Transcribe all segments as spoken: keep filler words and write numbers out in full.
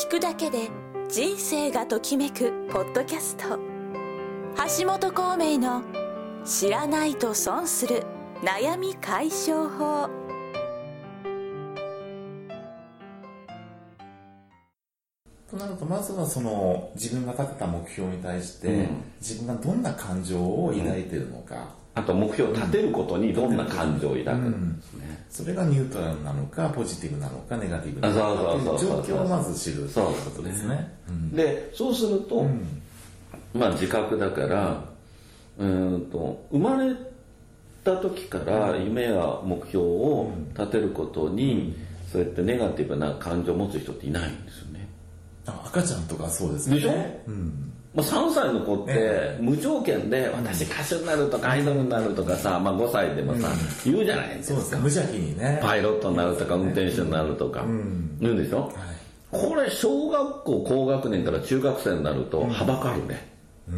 聞くだけで人生がときめくポッドキャスト、橋本孔明の知らないと損する悩み解消法。 となると、まずはその自分が立てた目標に対して、うん、自分がどんな感情を抱いているのか、 うん、あと目標を立てることにどんな感情を抱くんですね、うん、 それがニュートラルなのかポジティブなのかネガティブなのかという状況をまず知るということですね。 でそうすると、うん、まあ自覚だから、うん、うんと生まれた時から夢や目標を立てることに、うん、そうやってネガティブな感情を持つ人っていないんですよね。 あ、赤ちゃんとかそうですね。 でしょ、うん、まあ、さんさいの子って無条件で私歌手になるとかアイドルになるとかさ、まあ、ごさいでもさ、うん、言うじゃないですか。 そうですか、無邪気にね。 パイロットになるとか運転手になるとか、うん、言うんでしょ、はい、これ小学校高学年から中学生になるとはばかるね、うん、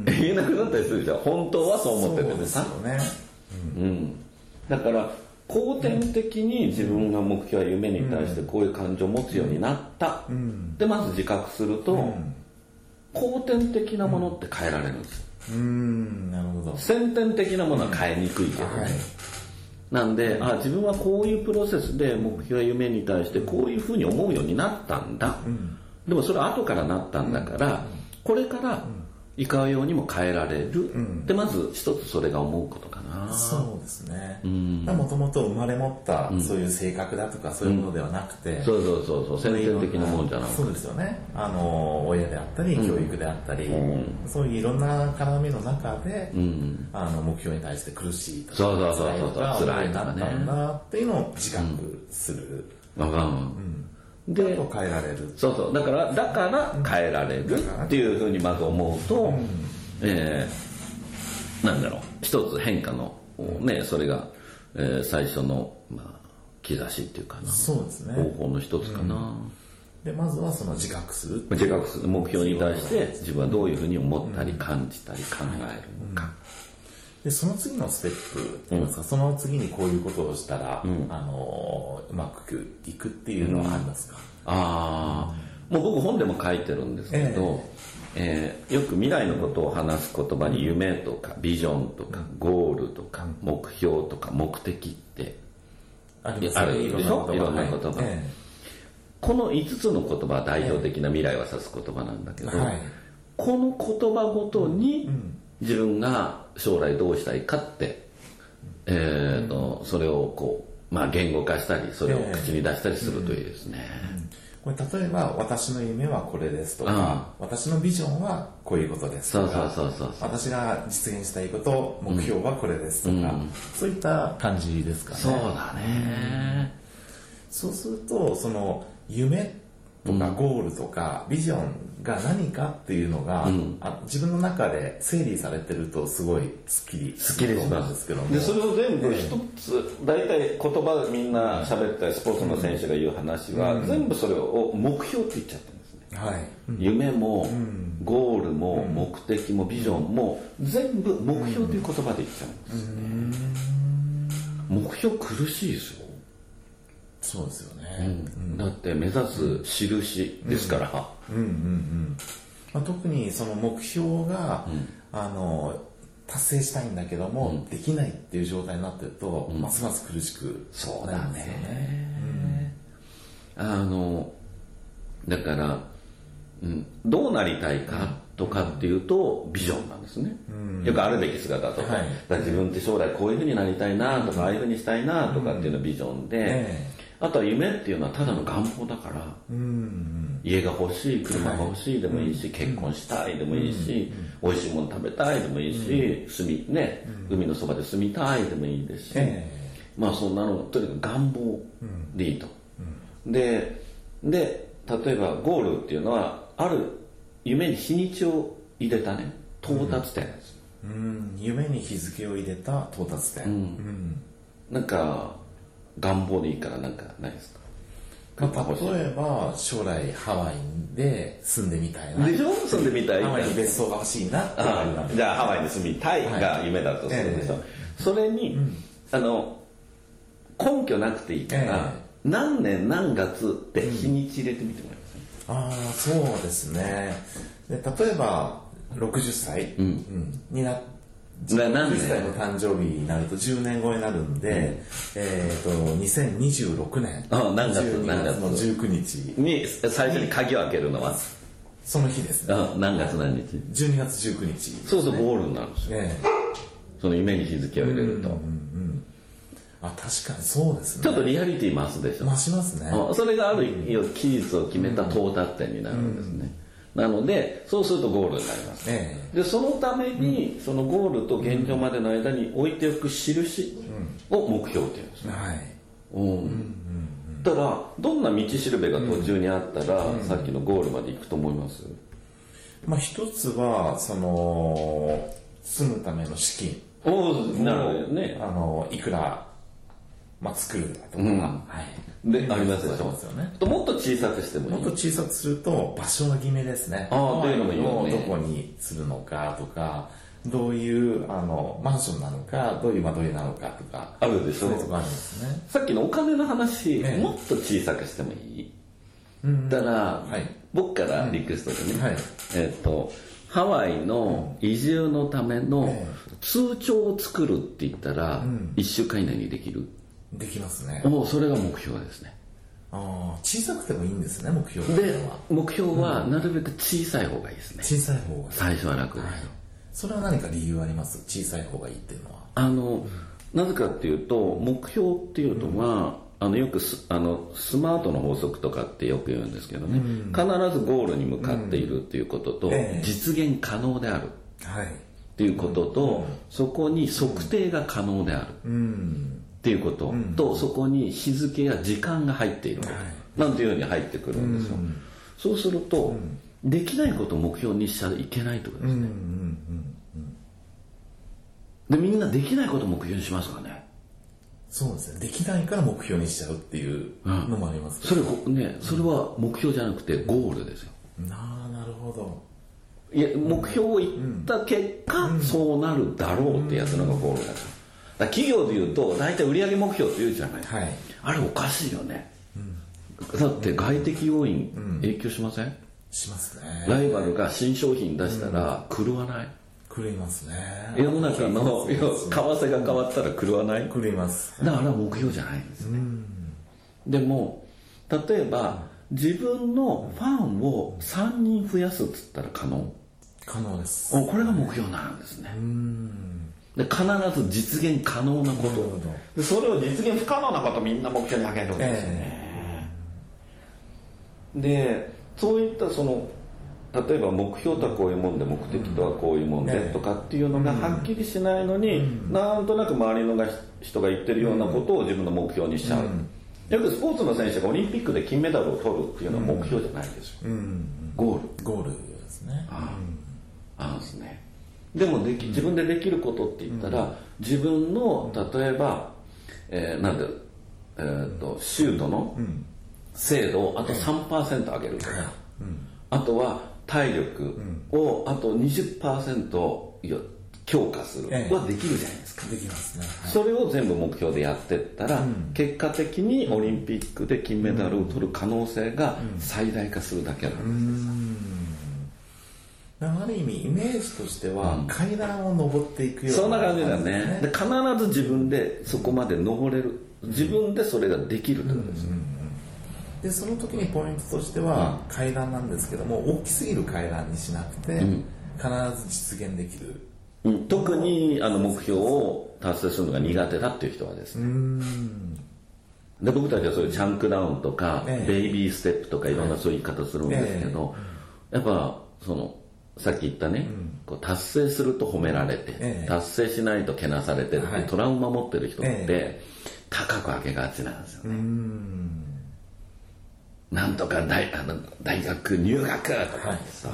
言えなくなったりするでしょ。本当はそう思っててもさ、そうですよね、うんうん、だから後天的に自分が目標や夢に対してこういう感情を持つようになった、うん、でまず自覚すると、うん、後天的なものって変えられるんですよ。うーん、なるほど。先天的なものは変えにくいけどね、うんはい、なんであ自分はこういうプロセスで目標や夢に対してこういうふうに思うようになったんだ、うん、でもそれは後からなったんだから、うん、これからいかようにも変えられる、うん、でまず一つそれが思うことかな。 そうですね。もともと生まれ持ったそういう性格だとかそういうものではなくて、うん、 そうそうそうそう、先天的なもんじゃなくて、 そうですよね。あの親であったり教育であったり、うん、そういういろんな絡みの中で、うん、あの目標に対して苦しいとかそうそうそうそう辛いとか辛いなったんだっていうのを自覚する。 わかん。 で変えられる。 そうそう、だからだから変えられるっていうふうにまず思うと、うん、えー、なんだろう、一つ変化のね、それが、えー、最初の、まあ、兆しっていうかな、 そうですね、 方法の一つかな、うん、 でまずはその自覚する自覚する目標に対して自分はどういうふうに思ったり感じたり考えるのか、 うん、でその次のステップっていいますか、うん、その次にこういうことをしたら、うん、あのうまくいくっていうのはありますか？うん、 ああ、もう僕本でも書いてるんですけど、えーえー、よく未来のことを話す言葉に夢とかビジョンとかゴールとか目標とか目的ってあるでしょ、いろんな言葉、はい、えー、このいつつの言葉は代表的な未来を指す言葉なんだけど、はい、この言葉ごとに自分が将来どうしたいかって、えーと、それをこう、まあ、言語化したりそれを口に出したりするといいですね、えーうんうん、 これ例えば私の夢はこれですとか、うん、私のビジョンはこういうことですとか、 そうそうそうそう、 私が実現したいこと目標はこれですとか、うん、そういった感じですかね。 そうだね、 うん、そうするとその夢とかゴールとかビジョンが何かっていうのが、うん、あ自分の中で整理されてるとすごいスッキリすると思うんですけども、でそれを全部一つ大体、えー、言葉みんな喋ったりスポーツの選手が言う話は、うん、全部それを目標って言っちゃってるんですね、はい、うん、夢も、うん、ゴールも、うん、目的もビジョンも全部目標という言葉で言っちゃうんですね、うん、目標苦しいですよ。 そうですよね、 うん、だって目指す印ですから、 うんうんうんうん、まあ、特にその目標が、うん、あの達成したいんだけども、うん、できないっていう状態になってると、うん、ますます苦しくなるんですよね。そうだね、 うん、あのだから、うん、どうなりたいかとかっていうとビジョンなんですね、うん、よくあるべき姿とか、はい、だから自分って将来こういうふうになりたいなとか、うん、ああいうふうにしたいなとかっていうのがビジョンで、うん、えーあとは夢っていうのはただの願望だから、うん、家が欲しい、車が欲しいでもいいし、はい、結婚したいでもいいし、うん、美味しいもの食べたいでもいいし、うん、住みね、うん、海のそばで住みたいでもいいですし、えー、まあそんなのとにかく願望でいいと、うん、でで例えばゴールっていうのはある夢に日にちを入れたね到達点です、 うんうん、夢に日付を入れた到達点、うんうん、 なんか願望でいいからなんかないですか？ まあ、例えば将来ハワイで住んでみたいなでしょ、住んでみたい、 ハワイに別荘が欲しいなってああじゃあハワイに住みたいが夢だとするでしょ、はい、それに、うん、あの根拠なくていいから、えー、何年何月って日にち入れてみてもらいますね、 ああ、そうですね。で例えばろくじゅっさい、うんうん、になじゅっさいの誕生日になるとじゅうねんごになるんで、うん、えっ、ー、とにせんにじゅうろくねんあ何月じゅうにがつのじゅうくにちに最初に鍵を開けるのはその日ですね。 あ何月何日？ じゅうにがつじゅうくにち、ね、 そうそうゴールになるんですよ、えー、その夢に日付を入れると、うんうんうん、 あ確かにそうですね。 ちょっとリアリティ増すでしょ。 増しますね。 それがある期日を決めた到達点になるんですね、うんうん、なのでそうするとゴールになります、えー、でそのためにそのゴールと現状までの間に置いておく印を目標っていうんですね、はい、うんうんうんだからどんな道しるべが途中にあったら、うん、さっきのゴールまで行くと思います？ まあ一つはその住むための資金おなるほどね。 あのいくら、まあ、作るだとか、 うんはい、 でありますでしょ。 ね、 ともっと小さくしてもいい。 もっと小さくすると場所の決めですね。 ああというのもいいよね。 どこにするのかとか。どういうあのマンションなのかどういう間取りなのかとかあるでしょ。 そういうとこあるんですね。 さっきのお金の話、ね、もっと小さくしてもいい、うん、だから、はい、僕からリクエストでね、うんはい、えー、とハワイの移住のための通帳を作るって言ったら、うん、いっしゅうかん以内にできる？ できますね。 もうそれが目標ですね。 あ小さくてもいいんですね。目標で目標はなるべく小さい方がいいですね。 小さい方がいい。 最初は楽ですよ、はい。 それは何か理由あります？小さい方がいいっていうのは。 あの、うん、なぜかっていうと目標っていうのは、うん、あのよくスあのスマートの法則とかってよく言うんですけどね、うん、必ずゴールに向かっているっていうことと、うんええ、実現可能であるっていうことと、うん、そこに測定が可能であるっていうこと、うん、とそこに日付や時間が入っている、うん、なんていうように入ってくるんですよ、うん、そうすると、うんできないことを目標にしちゃいけないってことですね、うんうんうんうん、でみんなできないことを目標にしますかね。 そうですね。できないから目標にしちゃうっていうのもありますけど、うん、それねそれは目標じゃなくてゴールですよ。 なあなるほど。 いや目標を言った結果、うん、そうなるだろうってやつのがゴールだから、だから企業でいうと大体売上目標って言うじゃない、はい、あれおかしいよね、うん、だって外的要因影響しません？ しますね。 ライバルが新商品出したら狂わない？ 狂いますね。 世の中の為替が変わったら狂わない？ 狂います。 だから目標じゃないんですね。でも例えば自分のファンをさんにん増やすっつったら可能？ 可能です。 これが目標なんですね。で必ず実現可能なことで、それを実現不可能なことみんな目標に挙げるんですよね、えー、でそういったその例えば目標とはこういうもんで目的とはこういうもんでとかっていうのがはっきりしないのに、うん、なんとなく周りの人が言ってるようなことを自分の目標にしちゃう、うん、よくスポーツの選手がオリンピックで金メダルを取るっていうのは目標じゃないですよ、うん、ゴールゴールですね。 ああ、ああですね。でもでき自分でできることって言ったら、自分の例えば、えー、なんで、えー、とシュートの、うん精度をあと さんパーセント 上げるとか、うん、あとは体力をあと にじゅっパーセント 強化するはできるじゃないですか、 できますね、はい、 それを全部目標でやってったら、うん、結果的にオリンピックで金メダルを取る可能性が最大化するだけなんです、 うん、ある意味イメージとしては階段を上っていくような、 そんな感じだね。で必ず自分でそこまで登れる、自分でそれができるってことですね、うんうんうんでその時にポイントとしては階段なんですけども、大きすぎる階段にしなくて、うん、必ず実現できる、 うん、特にあの目標を達成するのが苦手だっていう人はですね、うんで僕たちはそういうチャンクダウンとか、ええ、ベイビーステップとかいろんなそういう言い方するんですけど、ええ、やっぱそのさっき言ったね、うん、こう達成すると褒められて、ええ、達成しないとけなされてって、はい、トラウマ持ってる人って、ええ、高く上げがちなんですよね。うんなんとか 大, あの大学入学とかさ、はい、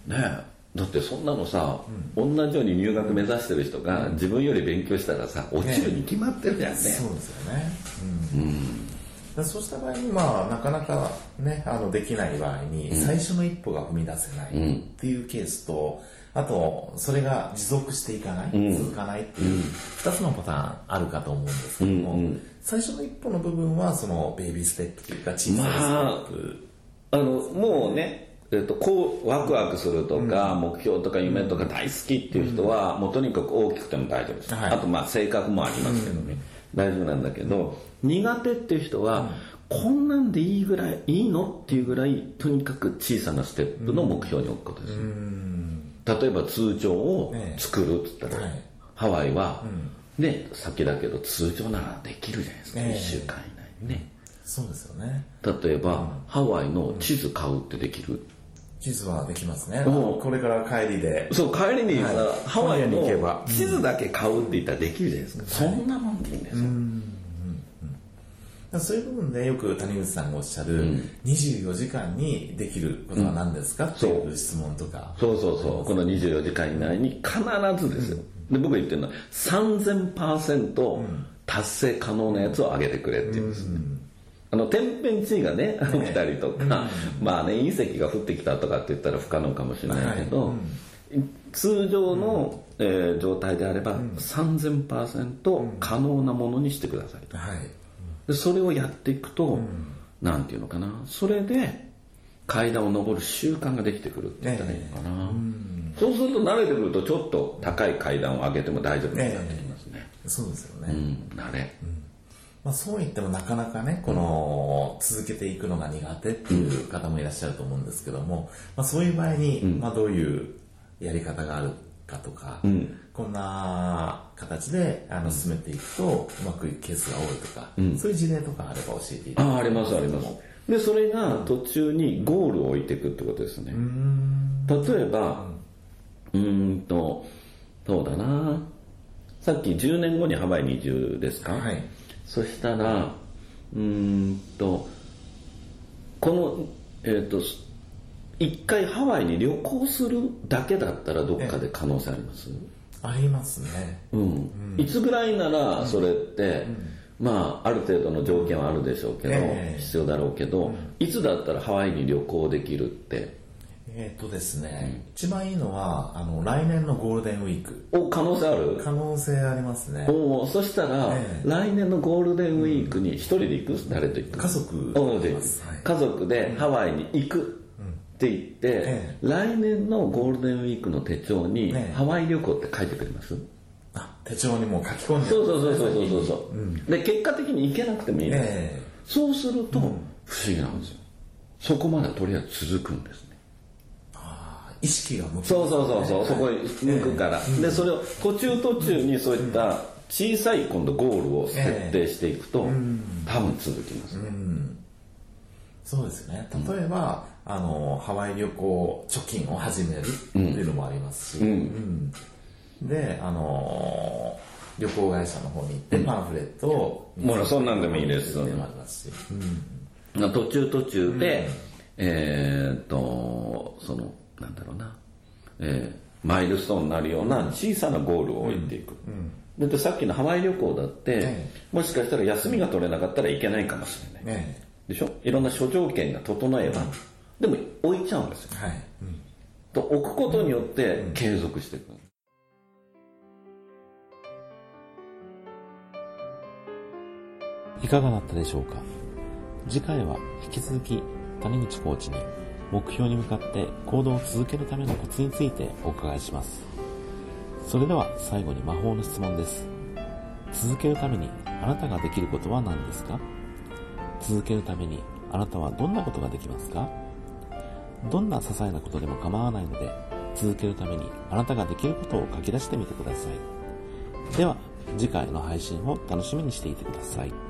ねえだってそんなのさ、うん、同じように入学目指してる人が自分より勉強したらさ落ちるに決まってるじゃんね。 そうですよね、うんうん、そうした場合にまあなかなかねあのできない場合に最初の一歩が踏み出せないっていうケースと、あとそれが持続していかない、うん、続かないっていうふたつのパターンあるかと思うんですけども、うんうん、最初の一歩の部分はそのベイビーステップというか小さいステップ、 まあのもうね、えっと、こうワクワクするとか、うん、目標とか夢とか大好きっていう人は、うん、もうとにかく大きくても大丈夫です、はい、あとまあ性格もありますけどね、うん、大丈夫なんだけど、苦手っていう人は、うん、こんなんでいいぐらいいいのっていうぐらいとにかく小さなステップの目標に置くことです、うん、例えば通帳を作るって言ったら、ねはい、ハワイは、うん、ね先だけど通帳ならできるじゃないですか、ね、いっしゅうかん以内にね、 そうですよね。 例えば、うん、ハワイの地図買うってできる？ 地図はできますね。これから帰りで。 そう、帰りに、はい、ハワイの地図だけ買うって言ったらできるじゃないですか。うん、そんなもんでいいんですよ。うんうんうん、そういう部分でよく谷口さんがおっしゃる、うん、にじゅうよじかんにできることは何ですか、うん、っていう質問とか。 そうそうそう。このにじゅうよじかん以内に必ずですよ。うん、で僕が言ってるのはさんぜんパーセント達成可能なやつを上げてくれって言うんですね。うんうんあの天変地異がね起きたりとか、ねうん、まあね隕石が降ってきたとかって言ったら不可能かもしれないけど、はいうん、通常の、うんえー、状態であれば、うん、さんぜんパーセント 可能なものにしてくださいと、はい、でそれをやっていくと、うん、なんていうのかなそれで階段を上る習慣ができてくるって言ったらいいのかな、えーうん、そうすると慣れてくるとちょっと高い階段を上げても大丈夫になってきますね、 えー、そうですよね、 うん、慣れ、うんまあ、そう言ってもなかなかねこの続けていくのが苦手っていう方もいらっしゃると思うんですけども、まあ、そういう場合に、まあ、どういうやり方があるかとか、うん、こんな形であの進めていくとうまくいくケースが多いとか、うん、そういう事例とかあれば教えていただきます。 あ、ありますあります。でそれが途中にゴールを置いていくってことですね。うーん例えばうーんとそうだなさっきじゅうねんごにハワイに移住ですか、はいそしたらうーんとこのえっ、ー、と一回ハワイに旅行するだけだったらどっかで可能性あります？ ありますね、 うんうん、いつぐらいならそれって、うん、まあある程度の条件はあるでしょうけど、えー、必要だろうけど、うん、いつだったらハワイに旅行できるってえっとですね、うん、一番いいのはあの来年のゴールデンウィーク。 お可能性ある？ 可能性ありますね。 おそしたら、えー、来年のゴールデンウィークに一人で行く、うん、誰と行く？ 家族で行きます、はい、家族でハワイに行くって言って、うんえー、来年のゴールデンウィークの手帳に、えー、ハワイ旅行って書いてくれます？ あ手帳にもう書き込んでる、 そうそうそうそうそうそう、うん、で結果的に行けなくてもいいんです、えー、そうすると、うん、不思議なんですよ。そこまでとりあえず続くんですね。 意識が向く、ね、 そうそうそうそう、はい、そこに向くから、えー、でそれを途中途中にそういった小さい今度ゴールを設定していくと、えー、多分続きますね、うん、 そうですね。例えば、うん、あのハワイ旅行貯金を始めるっていうのもありますし、うんうんうん、であの旅行会社の方に行ってパンフレットを、 うん、もうそんなんでもいいです。 っていうのもありますし、 うん、途中途中で、うん、えー、っとそのなんだろうな、えー、マイルストーンになるような小さなゴールを置いていく、うんうん、でさっきのハワイ旅行だって、ね、もしかしたら休みが取れなかったらいけないかもしれない、ね、でしょ。いろんな諸条件が整えば、うん、でも置いちゃうんですよ、はいうん、と置くことによって継続していく、 いかがだったでしょうか。次回は引き続き谷口コーチに目標に向かって行動を続けるためのコツについてお伺いします。それでは最後に魔法の質問です。続けるためにあなたができることは何ですか？続けるためにあなたはどんなことができますか？どんな些細なことでも構わないので、続けるためにあなたができることを書き出してみてください。では次回の配信を楽しみにしていてください。